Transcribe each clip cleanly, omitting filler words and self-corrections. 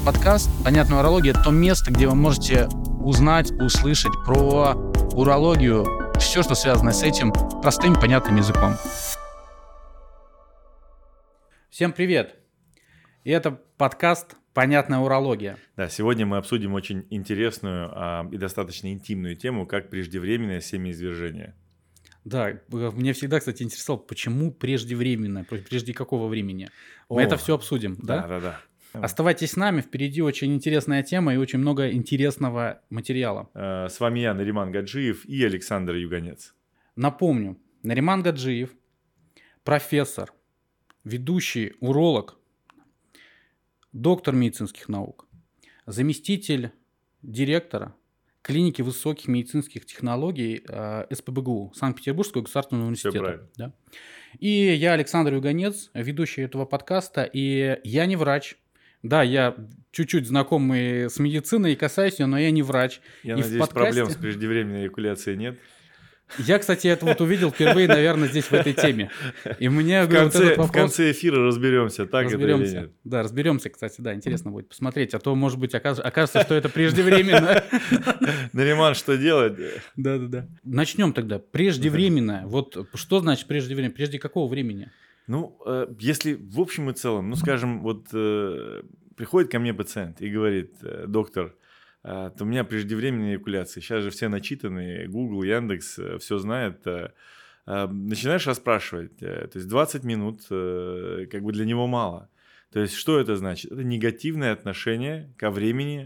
Подкаст «Понятная урология» — это то место, где вы можете узнать, услышать про урологию, все, что связано с этим, простым, понятным языком. Всем привет! И это подкаст «Понятная урология». Да, сегодня мы обсудим очень интересную и достаточно интимную тему, как преждевременное семяизвержение. Да, мне всегда, кстати, интересовало, почему преждевременно, прежде какого времени. Мы это все обсудим, да? Да. Оставайтесь с нами, впереди очень интересная тема и очень много интересного материала. С вами я, Нариман Гаджиев и Александр Юганец. Напомню, Нариман Гаджиев, профессор, ведущий уролог, доктор медицинских наук, заместитель директора клиники высоких медицинских технологий СПбГУ Санкт-Петербургского государственного университета. Да? И я, Александр Юганец, ведущий этого подкаста, и я не врач. Да, я чуть-чуть знакомый с медициной и касаюсь ее, но я не врач. Я и надеюсь, проблем с преждевременной эякуляцией нет? Я, кстати, это вот увидел впервые, наверное, здесь в этой теме. И мне в конце эфира разберемся, так это или нет. Да, разберемся, кстати, да, интересно будет посмотреть. А то, может быть, окажется, что это преждевременно. Нариман, что делать? Да. Начнем тогда. Преждевременно. Вот что значит преждевременно? Прежде какого времени? Ну, если в общем и целом, ну, скажем, вот приходит ко мне пациент и говорит: доктор, то у меня преждевременная эякуляция. Сейчас же все начитанные, Google, Яндекс, все знают. Начинаешь расспрашивать. То есть 20 минут как бы для него мало. То есть что это значит? Это негативное отношение ко времени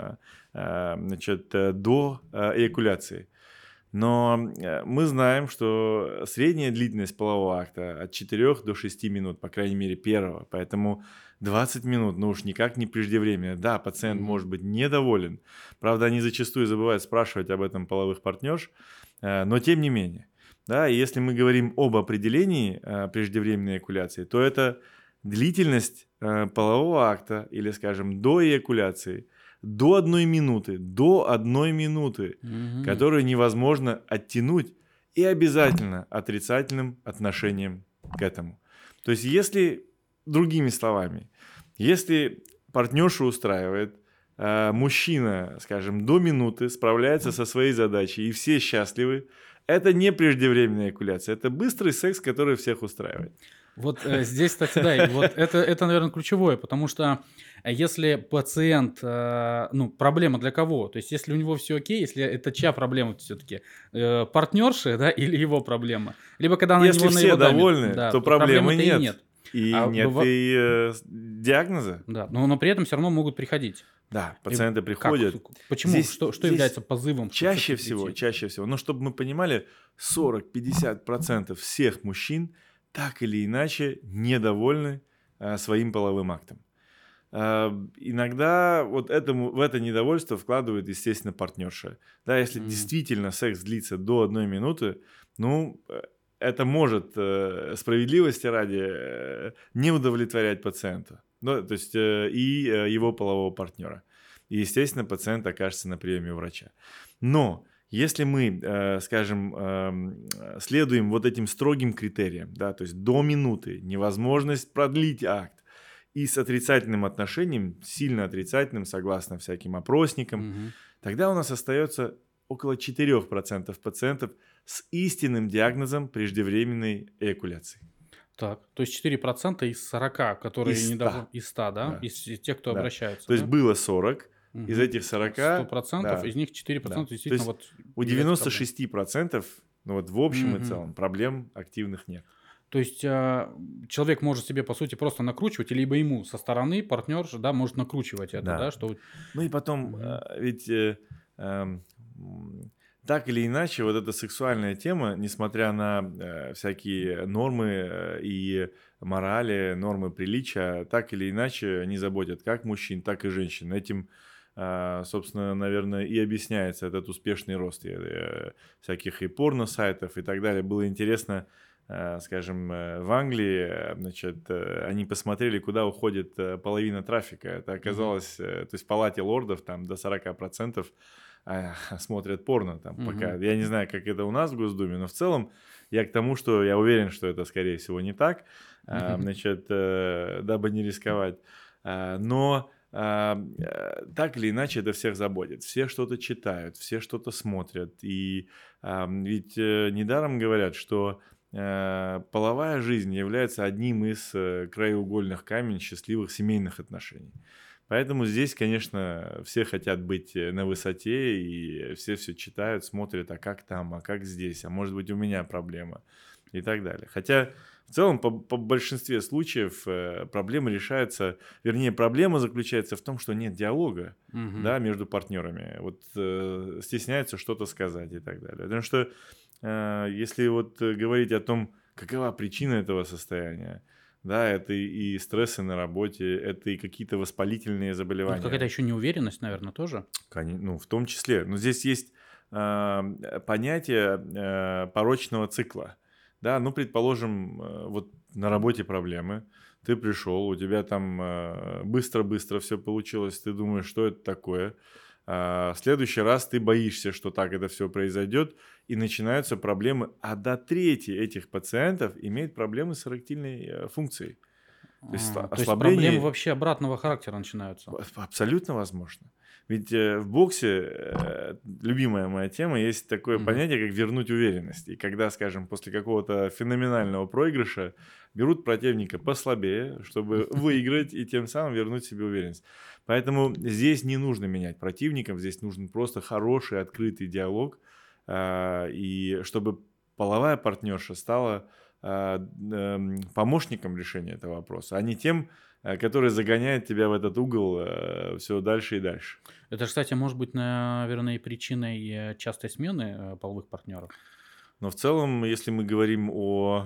до эякуляции. Но мы знаем, что средняя длительность полового акта от 4 до 6 минут, по крайней мере, первого. Поэтому 20 минут, ну уж никак не преждевременно. Да, пациент может быть недоволен. Правда, они зачастую забывают спрашивать об этом половых партнерш, но тем не менее. Да, и если мы говорим об определении преждевременной эякуляции, то это длительность полового акта или, скажем, до эякуляции до 1 минуты, которую невозможно оттянуть, и обязательно отрицательным отношением к этому. То есть, если, другими словами, если партнерша устраивает, мужчина, скажем, до минуты справляется со своей задачей, и все счастливы, это не преждевременная эякуляция, это быстрый секс, который всех устраивает. Вот здесь, кстати, да, вот это, наверное, ключевое, потому что если пациент, проблема для кого? То есть, если у него все окей, если это чья проблема все-таки? Партнерши, да, или его проблема? Либо когда она если его все довольны, да, то проблемы нет. нет. И нет диагноза. Да, но при этом все равно могут приходить. Да, пациенты приходят. Почему? Здесь является позывом? Чаще всего, но чтобы мы понимали, 40-50% всех мужчин так или иначе недовольны своим половым актом. Иногда вот в это недовольство вкладывает, естественно, партнерша. Да, если действительно секс длится до 1 минуты, это может справедливости ради не удовлетворять пациента, то есть и его полового партнера. И, естественно, пациент окажется на приеме у врача. Но если мы, скажем, следуем вот этим строгим критериям, да, то есть до минуты, невозможность продлить акт, и с отрицательным отношением, сильно отрицательным, согласно всяким опросникам, тогда у нас остается около 4% пациентов с истинным диагнозом преждевременной эякуляции. Так, то есть 4% из 40, которые недовольны, из 100, да? Да. Из тех, кто обращаются. То есть было 40, из этих 40... 100%, из них 4% действительно вот... У 96%, в общем и целом, проблем активных нет. То есть человек может себе, по сути, просто накручивать, либо ему со стороны партнерша, да, может накручивать это, да, что... Ну и потом, ведь так или иначе, вот эта сексуальная тема, несмотря на всякие нормы и морали, нормы приличия, так или иначе они заботят как мужчин, так и женщин. Этим, собственно, наверное, и объясняется этот успешный рост всяких и порно-сайтов и так далее. Было интересно, скажем, в Англии, они посмотрели, куда уходит половина трафика. Это оказалось, то есть в Палате лордов там до 40% смотрят порно там пока. Я не знаю, как это у нас в Госдуме, но в целом я к тому, что я уверен, что это, скорее всего, не так, дабы не рисковать. Но так или иначе это всех заботит. Все что-то читают, все что-то смотрят. И ведь недаром говорят, что половая жизнь является одним из краеугольных камней счастливых семейных отношений. Поэтому здесь, конечно, все хотят быть на высоте, и все читают, смотрят, а как там, а как здесь, а может быть у меня проблема и так далее. Хотя в целом по большинстве случаев проблемы решаются, вернее, проблема заключается в том, что нет диалога, да, между партнерами. Вот стесняются что-то сказать и так далее. Потому что если вот говорить о том, какова причина этого состояния, да, это и стрессы на работе, это и какие-то воспалительные Это заболевания. какая-то еще неуверенность, наверное, тоже. Ну, в том числе. Но здесь есть понятие порочного цикла. Да, ну, предположим, вот на работе проблемы, ты пришел, у тебя там быстро-быстро все получилось, ты думаешь, что это такое. В следующий раз ты боишься, что так это все произойдет, и начинаются проблемы. А до трети этих пациентов имеет проблемы с эректильной функцией. То есть То есть проблемы ослабление вообще обратного характера начинаются. абсолютно возможно. Ведь в боксе, любимая моя тема, есть такое понятие, как вернуть уверенность. И когда, скажем, после какого-то феноменального проигрыша берут противника послабее, чтобы выиграть и тем самым вернуть себе уверенность. Поэтому здесь не нужно менять противников, здесь нужен просто хороший, открытый диалог, и чтобы половая партнерша стала помощником решения этого вопроса, а не тем, который загоняет тебя в этот угол все дальше и дальше. Это, кстати, может быть, наверное, и причиной частой смены половых партнеров. Но в целом, если мы говорим о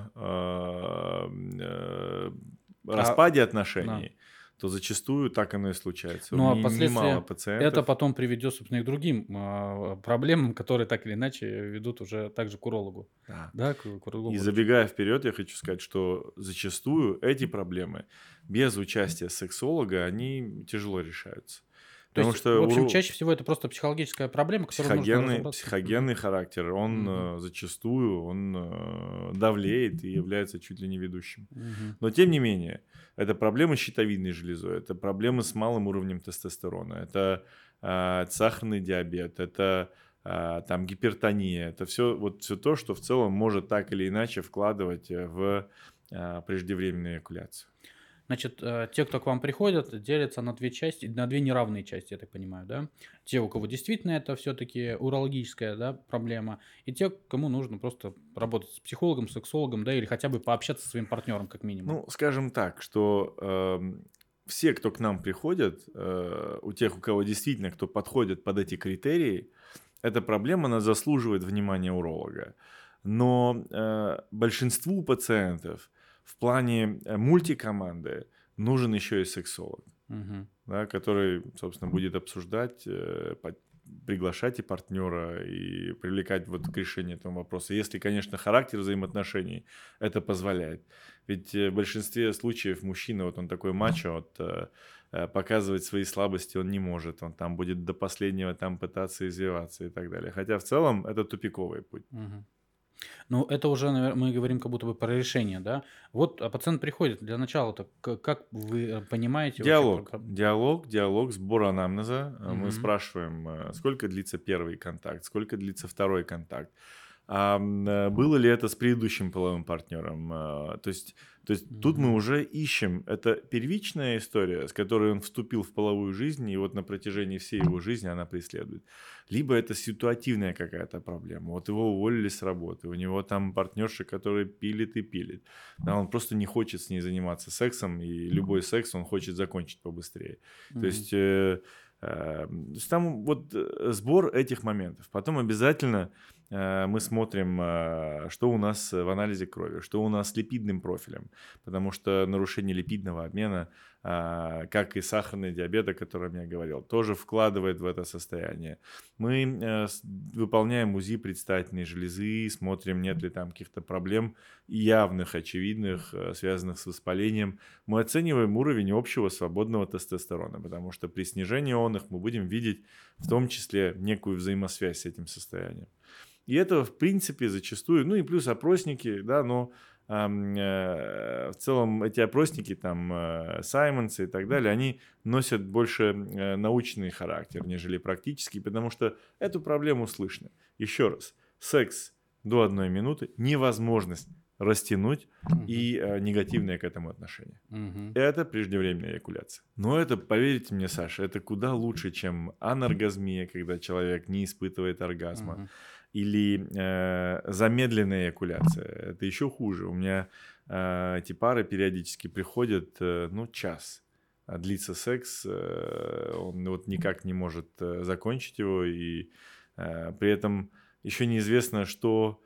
распаде отношений, то зачастую так оно и случается. Ну, а У меня немало последствия это пациентов. потом приведет, собственно, и к другим проблемам, которые так или иначе ведут уже также к урологу. Да. Да, к урологу. И забегая вперед, я хочу сказать, что зачастую эти проблемы без участия сексолога, они тяжело решаются. То Потому есть, что в общем, чаще всего это просто психологическая проблема, которую нужно разобраться. психогенный характер, он зачастую давлеет и является чуть ли не ведущим. Но тем не менее, это проблемы с щитовидной железой, это проблемы с малым уровнем тестостерона, это сахарный диабет, это там гипертония, это все то, что в целом может так или иначе вкладывать в преждевременную эякуляцию. Значит, те, кто к вам приходят, делятся на две части, на две неравные части, я так понимаю, да? Те, у кого действительно это все-таки урологическая, да, проблема, и те, кому нужно просто работать с психологом, сексологом, да, или хотя бы пообщаться со своим партнером, как минимум. Ну, скажем так, что все, кто к нам приходят, у тех, у кого действительно, кто подходит под эти критерии, эта проблема, она заслуживает внимания уролога. Но большинству пациентов в плане мультикоманды нужен еще и сексолог, да, который, собственно, будет обсуждать, приглашать и партнера, и привлекать вот к решению этого вопроса. Если, конечно, характер взаимоотношений это позволяет. Ведь в большинстве случаев мужчина, вот он такой мачо, показывать свои слабости он не может. Он там будет до последнего там пытаться извиваться и так далее. Хотя в целом это тупиковый путь. Ну, это уже, наверное, мы говорим как будто бы про решение, да? Вот пациент приходит для начала-то, как вы понимаете? Диалог, сбор анамнеза. Мы спрашиваем, сколько длится первый контакт, сколько длится второй контакт. Было ли это с предыдущим половым партнером? То есть тут мы уже ищем. Это первичная история, с которой он вступил в половую жизнь, и вот на протяжении всей его жизни она преследует. Либо это ситуативная какая-то проблема. Вот его уволили с работы, у него там партнерша, которая пилит и пилит. Да, он просто не хочет с ней заниматься сексом, и любой секс он хочет закончить побыстрее. То есть там вот сбор этих моментов. Потом обязательно мы смотрим, что у нас в анализе крови, что у нас с липидным профилем, потому что нарушение липидного обмена, как и сахарный диабет, о котором я говорил, тоже вкладывает в это состояние. Мы выполняем УЗИ предстательной железы, смотрим, нет ли там каких-то проблем явных, очевидных, связанных с воспалением. Мы оцениваем уровень общего свободного тестостерона, потому что при снижении он мы будем видеть в том числе некую взаимосвязь с этим состоянием. И это, в принципе, зачастую, ну и плюс опросники, да, но в целом эти опросники, там, Саймонса и так далее, они носят больше научный характер, нежели практический, потому что эту проблему слышно. Еще раз, секс до 1 минуты, невозможность растянуть и негативное к этому отношение. Это преждевременная эякуляция. Но это, поверьте мне, Саша, это куда лучше, чем аноргазмия, когда человек не испытывает оргазма, или замедленная эякуляция. Это еще хуже. У меня эти пары периодически приходят, час. Длится секс, он вот никак не может закончить его, и при этом еще неизвестно, что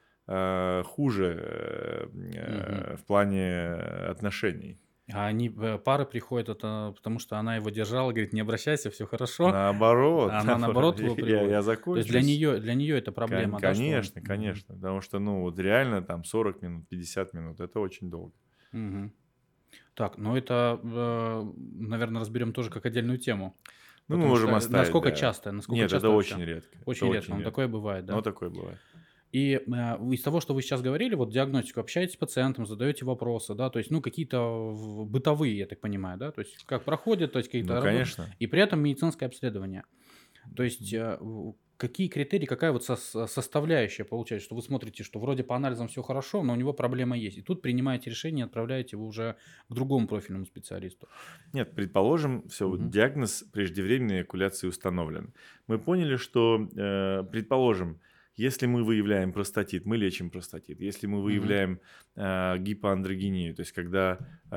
хуже в плане отношений. А они, пары приходят, это потому что она его держала, говорит, не обращайся, все хорошо. Наоборот, А она наоборот его приводит. я То закончу. есть для нее это проблема, да? Конечно, конечно. Потому что, вот реально там 40 минут, 50 минут, это очень долго. Так, это, наверное, разберем тоже как отдельную тему. Мы можем оставить. Насколько часто? Нет, это очень редко. Очень редко, но такое бывает, да? Такое бывает. И из того, что вы сейчас говорили, вот диагностику, общаетесь с пациентом, задаете вопросы, да, то есть, какие-то бытовые, я так понимаю, да, то есть, как проходит, то есть, какие-то работы, конечно. и при этом медицинское обследование. То есть, какие критерии, какая вот составляющая получается, что вы смотрите, что вроде по анализам все хорошо, но у него проблема есть, и тут принимаете решение, отправляете его уже к другому профильному специалисту. Нет, предположим, все, диагноз преждевременной эякуляции установлен. Мы поняли, что, предположим, если мы выявляем простатит, мы лечим простатит. Если мы выявляем гипоандрогению, то есть когда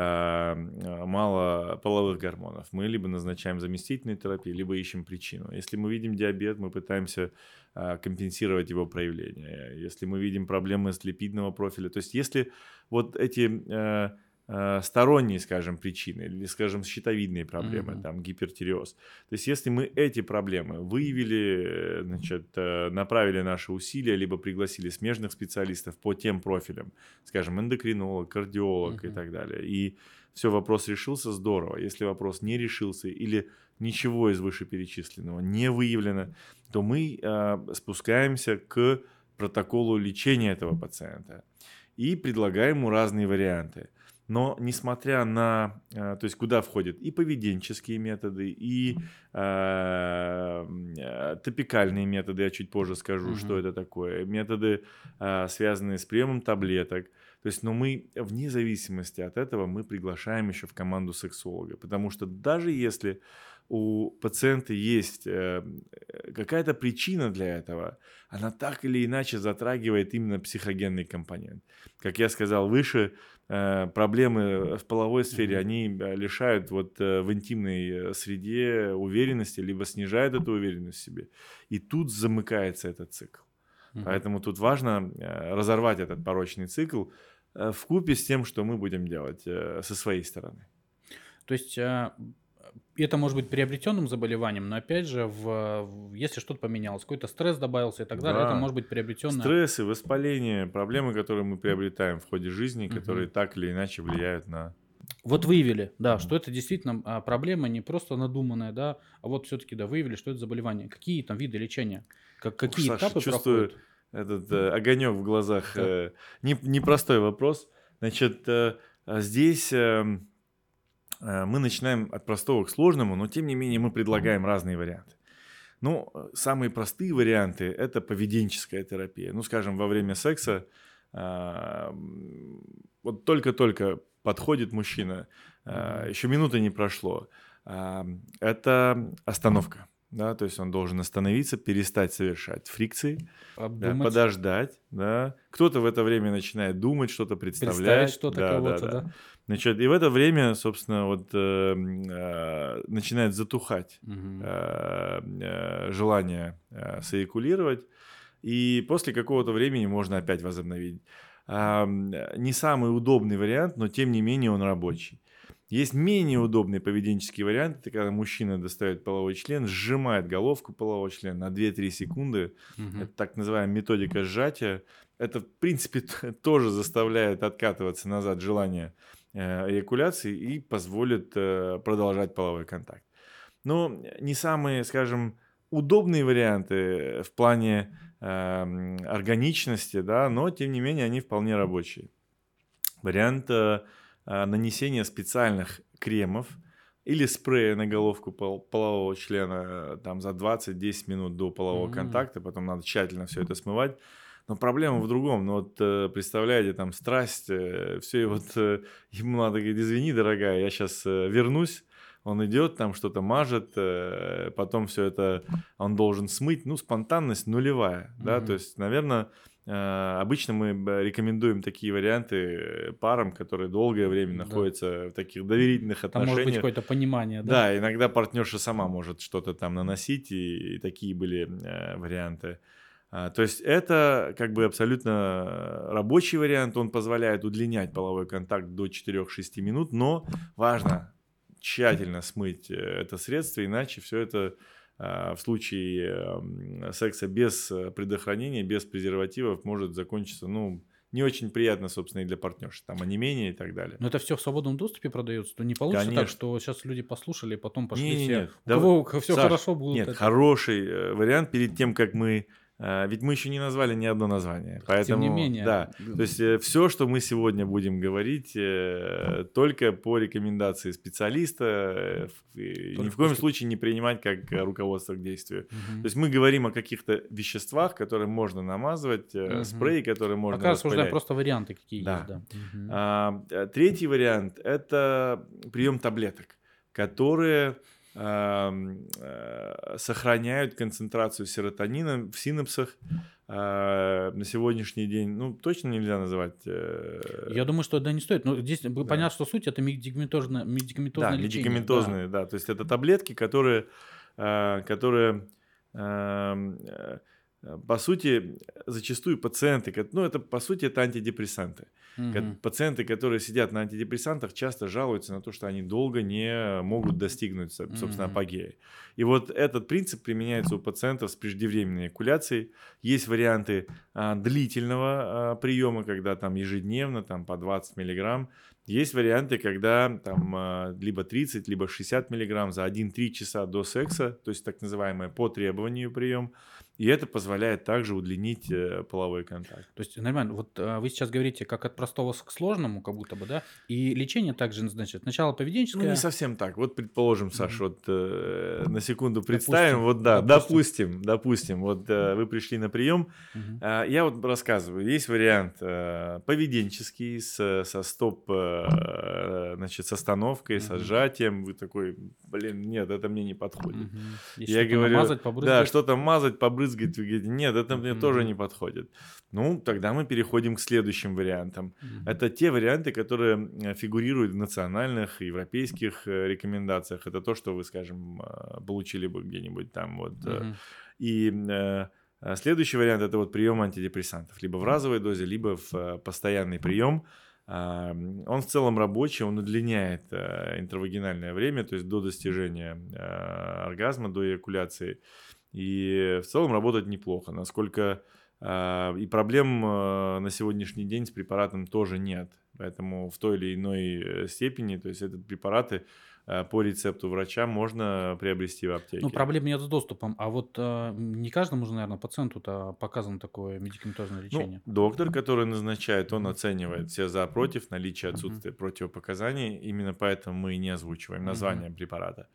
мало половых гормонов, мы либо назначаем заместительную терапию, либо ищем причину. Если мы видим диабет, мы пытаемся компенсировать его проявление. Если мы видим проблемы с липидного профиля, то есть если вот эти сторонние, скажем, причины или, скажем, щитовидные проблемы, там, гипертиреоз. То есть, если мы эти проблемы выявили, значит, направили наши усилия, либо пригласили смежных специалистов по тем профилям, скажем, эндокринолог, кардиолог и так далее, и все, вопрос решился, здорово. Если вопрос не решился или ничего из вышеперечисленного не выявлено, то мы спускаемся к протоколу лечения этого пациента и предлагаем ему разные варианты. Но несмотря на, то есть куда входят и поведенческие методы, и топикальные методы, я чуть позже скажу, что это такое, методы, связанные с приемом таблеток. То есть, но мы, вне зависимости от этого, мы приглашаем еще в команду сексолога, потому что даже если у пациента есть какая-то причина для этого, она так или иначе затрагивает именно психогенный компонент. Как я сказал выше, проблемы в половой сфере, они лишают вот в интимной среде уверенности, либо снижают эту уверенность в себе. И тут замыкается этот цикл. Поэтому тут важно разорвать этот порочный цикл вкупе с тем, что мы будем делать со своей стороны. То есть это может быть приобретенным заболеванием, но опять же, если что-то поменялось, какой-то стресс добавился и так далее, это может быть приобретенное. Стрессы, воспаление, проблемы, которые мы приобретаем в ходе жизни, которые так или иначе влияют на... Вот выявили, да, что это действительно проблема не просто надуманная, да, а вот все-таки, да, выявили, что это заболевание. Какие там виды лечения? Какие Саша, этапы чувствую проходят? этот огонек в глазах. Непростой вопрос. Значит, здесь мы начинаем от простого к сложному, но тем не менее мы предлагаем разные варианты. Самые простые варианты – это поведенческая терапия. Скажем, во время секса вот только-только подходит мужчина, еще минуты не прошло. Это остановка. Да, то есть он должен остановиться, перестать совершать фрикции, подождать. Да. Кто-то в это время начинает думать, что-то представлять. Представить что-то кого-то, да. Значит, и в это время, собственно, вот начинает затухать желание сэякулировать, и после какого-то времени можно опять возобновить. Не самый удобный вариант, но тем не менее он рабочий. Есть менее удобный поведенческий вариант, это когда мужчина достает половой член, сжимает головку полового члена на 2-3 секунды. Это так называемая методика сжатия. Это, в принципе, тоже заставляет откатываться назад желание эякуляции и позволит продолжать половой контакт. Но не самые, скажем, удобные варианты в плане органичности, да, но тем не менее они вполне рабочие. вариант нанесения специальных кремов или спрея на головку полового члена там за 20-10 минут до полового контакта, потом надо тщательно все это смывать. Но проблема в другом. Ну вот представляете, там страсть, все, и вот ему надо говорить: извини, дорогая, я сейчас вернусь. Он идет, там что-то мажет, потом все это он должен смыть. Ну, спонтанность нулевая, да, то есть, наверное, обычно мы рекомендуем такие варианты парам, которые долгое время находятся в таких доверительных Там отношениях. может быть какое-то понимание, да? Да, иногда партнерша сама может что-то там наносить, и такие были варианты. То есть это как бы абсолютно рабочий вариант, он позволяет удлинять половой контакт до 4-6 минут, но важно тщательно смыть это средство, иначе все это в случае секса без предохранения, без презервативов может закончиться, ну, не очень приятно, собственно, и для партнерши, там, онемение и так далее. Но это все в свободном доступе продается, то не получится так, Конечно. что сейчас люди послушали, потом пошли Не-не-не, все, у да, кого все Саш, хорошо, будут нет, это. хороший вариант перед тем, как мы... Ведь мы еще не назвали ни одно название, Тем поэтому, не менее, да, то есть все, что мы сегодня будем говорить, только по рекомендации специалиста, ни в коем случае не принимать как руководство к действию. То есть мы говорим о каких-то веществах, которые можно намазывать, спреи, которые можно пока распылять. рассуждаем просто варианты, какие Да. есть, да. Третий вариант – это прием таблеток, которые сохраняют концентрацию серотонина в синапсах. На сегодняшний день, ну, точно нельзя называть... Я думаю, что да, не стоит. Но здесь понятно, что суть это медикаментозное Да, лечение. медикаментозные, да. То есть это таблетки, которые по сути, зачастую пациенты, ну, это, по сути, это антидепрессанты. Пациенты, которые сидят на антидепрессантах, часто жалуются на то, что они долго не могут достигнуть, собственно, апогея. И вот этот принцип применяется у пациентов с преждевременной эякуляцией. Есть варианты длительного приема, когда там ежедневно, там по 20 миллиграмм. Есть варианты, когда там либо 30, либо 60 миллиграмм за 1-3 часа до секса, то есть так называемый по требованию прием. И это позволяет также удлинить половой контакт. То есть, нормально. Вот вы сейчас говорите как от простого к сложному, как будто бы, да? И лечение также, значит, сначала поведенческое. Ну, не совсем так. Вот, предположим, Саш, вот на секунду представим, допустим, вот вы пришли на прием, я вот рассказываю, есть вариант поведенческий со стоп, значит, с остановкой, со сжатием, вы такой, блин, нет, это мне не подходит. Я говорю, намазать, побрызгать. Да, что-то мазать, побрызгать, вы говорите, нет, это мне тоже не подходит. Ну, тогда мы переходим к следующим вариантам. Это те варианты, которые фигурируют в национальных, европейских рекомендациях. Это то, что вы, скажем, получили бы где-нибудь там вот. И следующий вариант – это вот прием антидепрессантов. Либо в разовой дозе, либо в постоянный прием. Он в целом рабочий, он удлиняет интравагинальное время, то есть до достижения оргазма, до эякуляции. И в целом работает неплохо. Насколько и проблем на сегодняшний день с препаратом тоже нет. Поэтому в той или иной степени, то есть это препараты по рецепту врача можно приобрести в аптеке. Ну, проблем нет с доступом. А вот не каждому же, наверное, пациенту-то показано такое медикаментозное лечение. Ну, доктор, который назначает, он оценивает все за, против, наличие, отсутствие противопоказаний. Именно поэтому мы и не озвучиваем название препарата.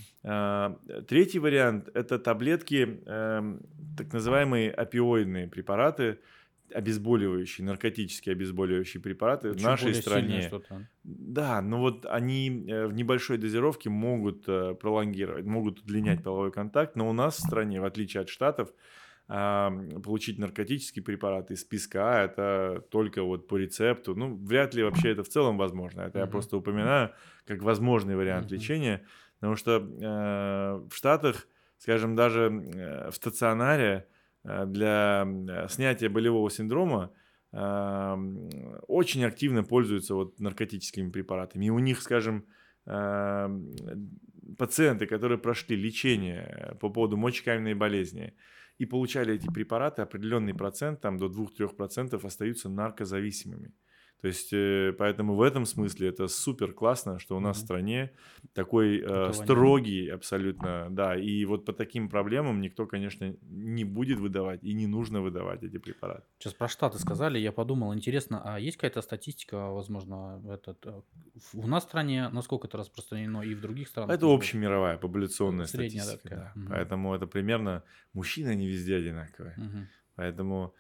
Третий вариант – это таблетки, так называемые опиоидные препараты, обезболивающие, наркотические обезболивающие препараты в нашей стране. Да, но вот они в небольшой дозировке могут пролонгировать, могут удлинять половой контакт, но у нас в стране, в отличие от Штатов, получить наркотический препарат из списка А это только вот по рецепту. Ну, вряд ли вообще это в целом возможно. Это я просто упоминаю как возможный вариант лечения, потому что в Штатах, скажем, даже в стационаре для снятия болевого синдрома очень активно пользуются вот наркотическими препаратами. И у них, скажем, пациенты, которые прошли лечение по поводу мочекаменной болезни и получали эти препараты, определенный процент, там до 2-3% остаются наркозависимыми. То есть, поэтому в этом смысле это супер классно, что у нас в стране такой строгий абсолютно, да, и вот по таким проблемам никто, конечно, не будет выдавать и не нужно выдавать эти препараты. Сейчас про Штаты сказали, я подумал, интересно, а есть какая-то статистика, возможно, у нас в стране, насколько это распространено, и в других странах? Это общемировая популяционная средняя статистика, да. такая. Поэтому это примерно мужчины, они везде одинаковые. Поэтому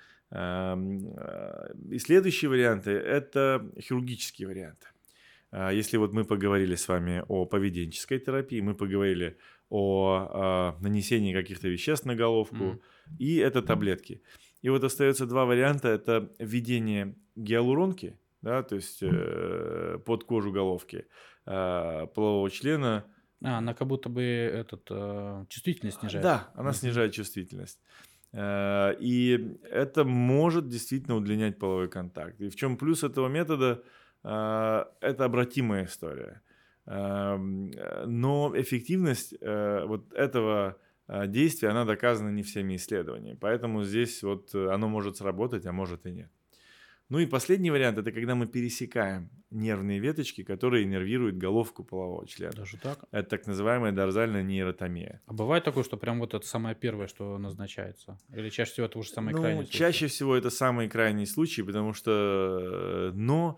и следующие варианты – это хирургические варианты. Если вот мы поговорили с вами о поведенческой терапии, мы поговорили о нанесении каких-то веществ на головку, и это таблетки. И вот остается два варианта – это введение гиалуронки, да, то есть под кожу головки полового члена. Она как будто бы чувствительность снижает. Да, она снижает чувствительность. И это может действительно удлинять половой контакт. И в чем плюс этого метода? Это обратимая история. Но эффективность вот этого действия, она доказана не всеми исследованиями. Поэтому здесь вот оно может сработать, а может и нет. Ну и последний вариант – это когда мы пересекаем нервные веточки, которые иннервируют головку полового члена. Даже так? Это так называемая дорзальная нейротомия. А бывает такое, что прям вот это самое первое, что назначается? Или чаще всего это уже самый крайний случай? Чаще всего это самый крайний случай, потому что…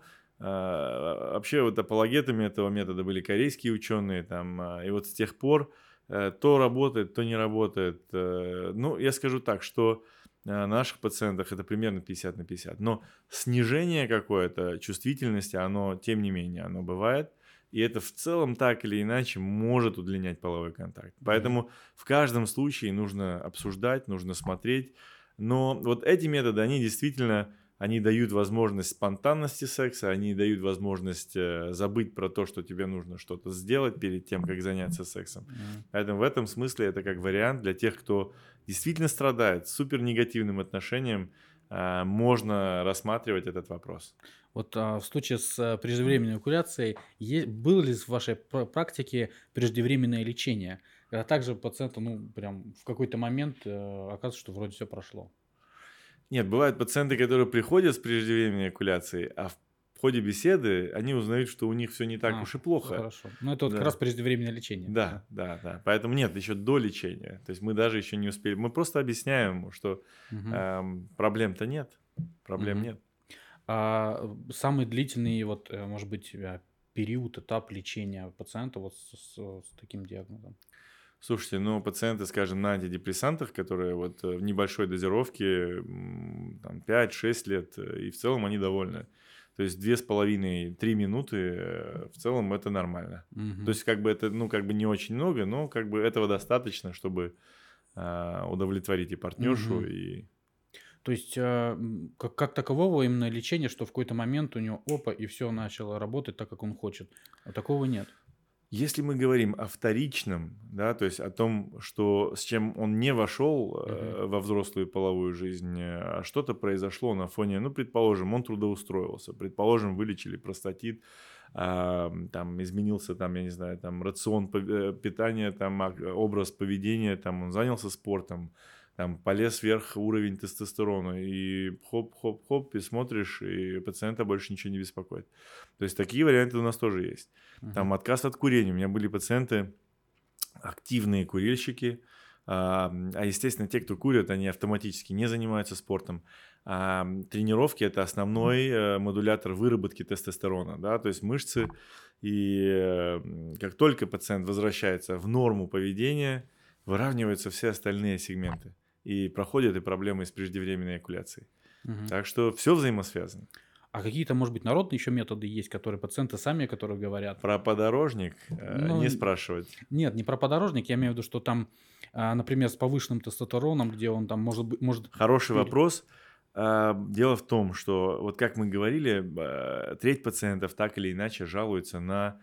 вообще вот апологетами этого метода были корейские ученые, и вот с тех пор то работает, то не работает. Я скажу так, что на наших пациентах это примерно 50 на 50. Но снижение какое-то чувствительности, оно, тем не менее, оно бывает. И это в целом так или иначе может удлинять половой контакт. Поэтому в каждом случае нужно обсуждать, нужно смотреть. Но вот эти методы, они действительно… Они дают возможность спонтанности секса, они дают возможность забыть про то, что тебе нужно что-то сделать перед тем, как заняться сексом. Поэтому в этом смысле это как вариант для тех, кто действительно страдает супер негативным отношением, можно рассматривать этот вопрос. Вот в случае с преждевременной эякуляцией, было ли в вашей практике преждевременное лечение? Когда также пациенту, прям в какой-то момент оказывается, что вроде все прошло. Нет, бывают пациенты, которые приходят с преждевременной эякуляцией, а в ходе беседы они узнают, что у них все не так уж и плохо. Хорошо. Это вот как раз преждевременное лечение. Да. Поэтому нет, еще до лечения. То есть мы даже еще не успели. Мы просто объясняем ему, что проблем-то нет. Проблем нет. А самый длительный, может быть, период, этап лечения пациента с таким диагнозом? Слушайте, пациенты, скажем, на антидепрессантах, которые в небольшой дозировке 5-6 лет, и в целом они довольны. То есть 2,5-3 минуты в целом это нормально. То есть это не очень много, но этого достаточно, чтобы удовлетворить и партнершу, и… То есть как такового именно лечения, что в какой-то момент у него и все начало работать так, как он хочет. А такого нет. Если мы говорим о вторичном, да, то есть о том, с чем он не вошел во взрослую половую жизнь, а что-то произошло на фоне, предположим, он трудоустроился, предположим, вылечили простатит, изменился я не знаю, рацион питания, образ поведения, он занялся спортом, полез вверх уровень тестостерона, и хоп-хоп-хоп, и смотришь, и пациента больше ничего не беспокоит. То есть такие варианты у нас тоже есть. Отказ от курения. У меня были пациенты, активные курильщики, естественно, те, кто курят, они автоматически не занимаются спортом. Тренировки – это основной модулятор выработки тестостерона, да, то есть мышцы. И как только пациент возвращается в норму поведения, выравниваются все остальные сегменты. И проходят и проблемы с преждевременной эякуляцией. Так что все взаимосвязано. А какие-то, может быть, народные еще методы есть, которые пациенты сами, которые говорят? Про подорожник не спрашивать. Нет, не про подорожник. Я имею в виду, что например, с повышенным тестостероном, где он может… Хороший вопрос. Дело в том, что, как мы говорили, треть пациентов так или иначе жалуются на…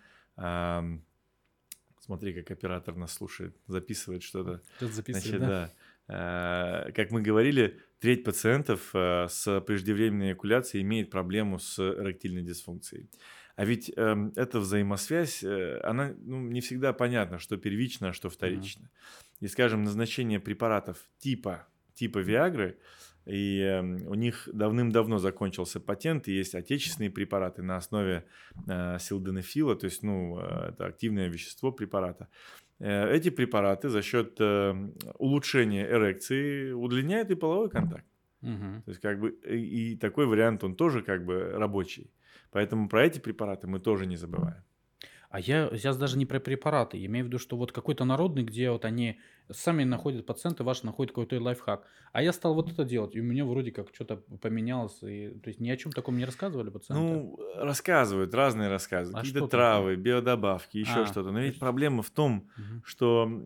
Смотри, как оператор нас слушает, записывает что-то. Что-то записывает, да? Как мы говорили, треть пациентов с преждевременной эякуляцией имеет проблему с эректильной дисфункцией. А ведь эта взаимосвязь, она не всегда понятна, что первично, а что вторично. И, скажем, назначение препаратов типа Виагры И у них давным-давно закончился патент, и есть отечественные препараты на основе силденафила, то есть, это активное вещество препарата. Эти препараты за счет улучшения эрекции удлиняют и половой контакт. То есть, и такой вариант, он тоже рабочий. Поэтому про эти препараты мы тоже не забываем. А я сейчас даже не про препараты. Я имею в виду, что вот какой-то народный, где вот они сами находят, пациенты ваши находят какой-то лайфхак. А я стал вот это делать, и у меня вроде как что-то поменялось. То есть ни о чем таком не рассказывали пациенты? Рассказывают, разные рассказывают. А Какие-то что там? травы, биодобавки, еще что-то. Но то ведь есть... проблема в том, Мгм. что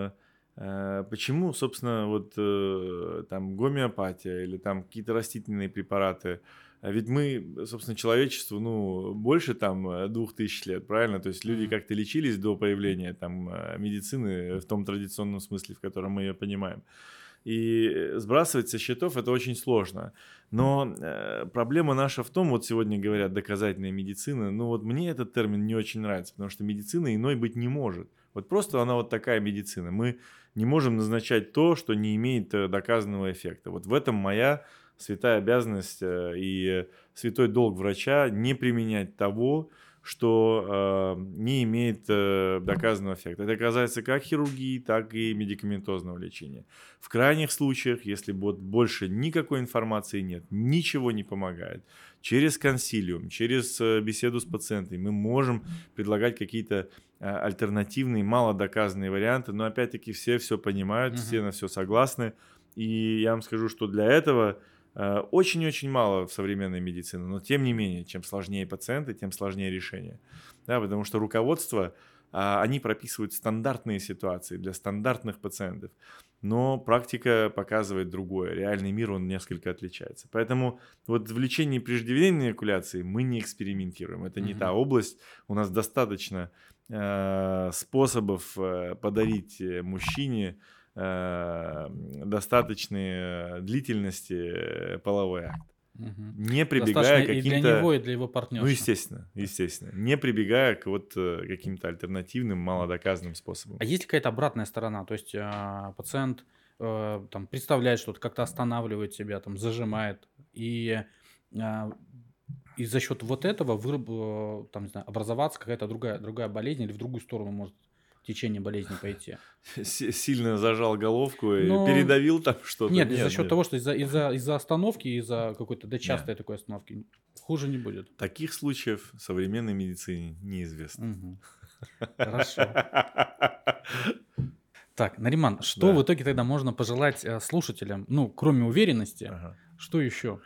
почему, собственно, там гомеопатия или там какие-то растительные препараты. Ведь мы, собственно, человечеству, больше там 2000 лет, правильно? То есть люди Мгм. как-то лечились до появления там медицины в том традиционном смысле, в котором мы ее понимаем. И сбрасывать со счетов это очень сложно. Но проблема наша в том, вот сегодня говорят доказательная медицина, мне этот термин не очень нравится, потому что медицина иной быть не может. Вот просто она вот такая медицина. Мы не можем назначать то, что не имеет доказанного эффекта. Вот в этом моя святая обязанность и святой долг врача не применять того, что не имеет доказанного эффекта. Это касается как хирургии, так и медикаментозного лечения. В крайних случаях, если больше никакой информации нет, ничего не помогает, через консилиум, через беседу с пациентами мы можем предлагать какие-то альтернативные, малодоказанные варианты, но опять-таки все понимают, все на все согласны. И я вам скажу, что для этого очень-очень мало в современной медицине, но тем не менее, чем сложнее пациенты, тем сложнее решение. Да, потому что руководство, они прописывают стандартные ситуации для стандартных пациентов, но практика показывает другое. Реальный мир, он несколько отличается. Поэтому вот в лечении преждевременной эякуляции мы не экспериментируем. Это не та область. У нас достаточно способов подарить мужчине достаточной длительности половой акт. Не прибегая к каким-то... И для него, и для его партнерши. Естественно. Не прибегая к каким-то альтернативным, малодоказанным способам. А есть ли какая-то обратная сторона? То есть пациент там представляет что-то, как-то останавливает себя, там зажимает, и за счет вот этого там, не знаю, образоваться какая-то другая болезнь или в другую сторону может течение болезни пойти. Сильно зажал головку и передавил там что-то? Нет, за счет того, что из-за остановки, из-за какой-то частой такой остановки хуже не будет. Таких случаев в современной медицине неизвестно. Хорошо. Так, Нариман, что в итоге тогда можно пожелать слушателям, кроме уверенности, что еще?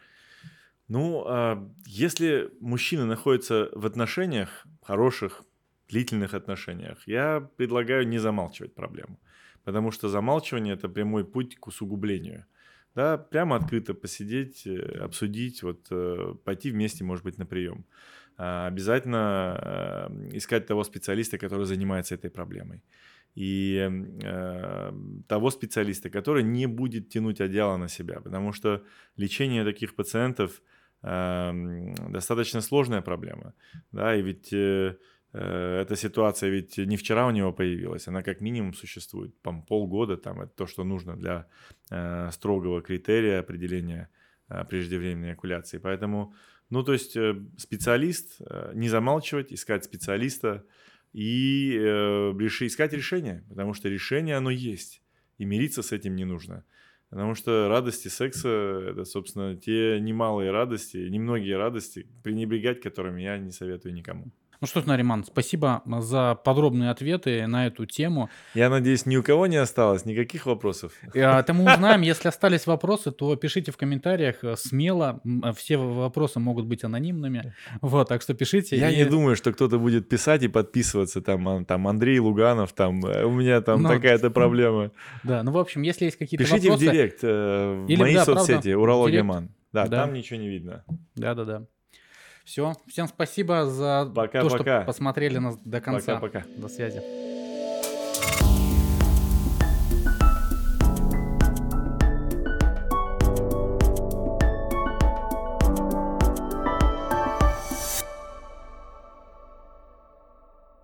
Если мужчина находится в отношениях хороших, длительных отношениях, я предлагаю не замалчивать проблему, потому что замалчивание – это прямой путь к усугублению. Да, прямо открыто посидеть, обсудить, пойти вместе, может быть, на прием. Обязательно искать того специалиста, который занимается этой проблемой. И того специалиста, который не будет тянуть одеяло на себя, потому что лечение таких пациентов достаточно сложная проблема. Да, и ведь эта ситуация ведь не вчера у него появилась, она как минимум существует полгода, это то, что нужно для строгого критерия определения преждевременной эякуляции. Поэтому, специалист, не замалчивать, искать специалиста и искать решение, потому что решение оно есть, и мириться с этим не нужно. Потому что радости секса – это, собственно, те немалые радости, немногие радости, пренебрегать которыми я не советую никому. Ну что ж, Нариман, спасибо за подробные ответы на эту тему. Я надеюсь, ни у кого не осталось никаких вопросов. Это мы узнаем. Если остались вопросы, то пишите в комментариях смело. Все вопросы могут быть анонимными. Так что пишите. Я не думаю, что кто-то будет писать и подписываться. Там Андрей Луганов, у меня такая-то проблема. Да, в общем, если есть какие-то вопросы... Пишите в директ, в мои соцсети, Урология-ман. Да, там ничего не видно. Да. Все, всем спасибо за то, что посмотрели нас до конца. Пока-пока. До связи.